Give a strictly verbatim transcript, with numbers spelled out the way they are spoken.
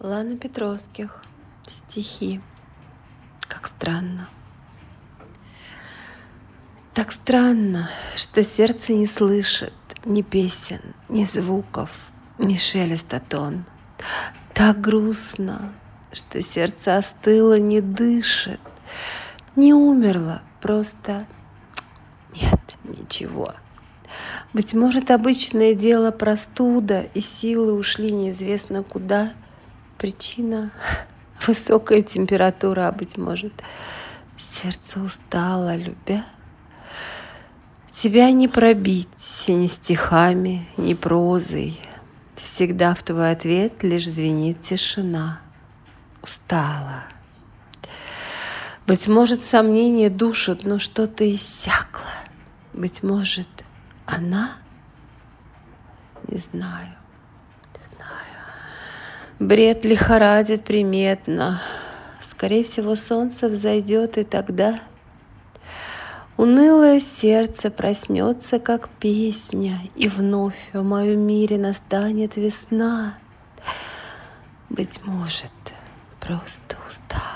Лана Петровских. Стихи. Как странно. Так странно, что сердце не слышит ни песен, ни звуков, ни шелеста тон. Так грустно, что сердце остыло, не дышит, не умерло, просто нет ничего. Быть может, обычное дело простуда, и силы ушли неизвестно куда. Причина — высокая температура, а быть может, сердце устало, любя. Тебя не пробить ни стихами, ни прозой. Всегда в твой ответ лишь звенит тишина. Устала. Быть может, сомнения душат, но что-то иссякло. Быть может, она? Не знаю. Не знаю. Бред лихорадит приметно. Скорее всего, солнце взойдет, и тогда унылое сердце проснется, как песня, и вновь в моем мире настанет весна. Быть может, просто устала.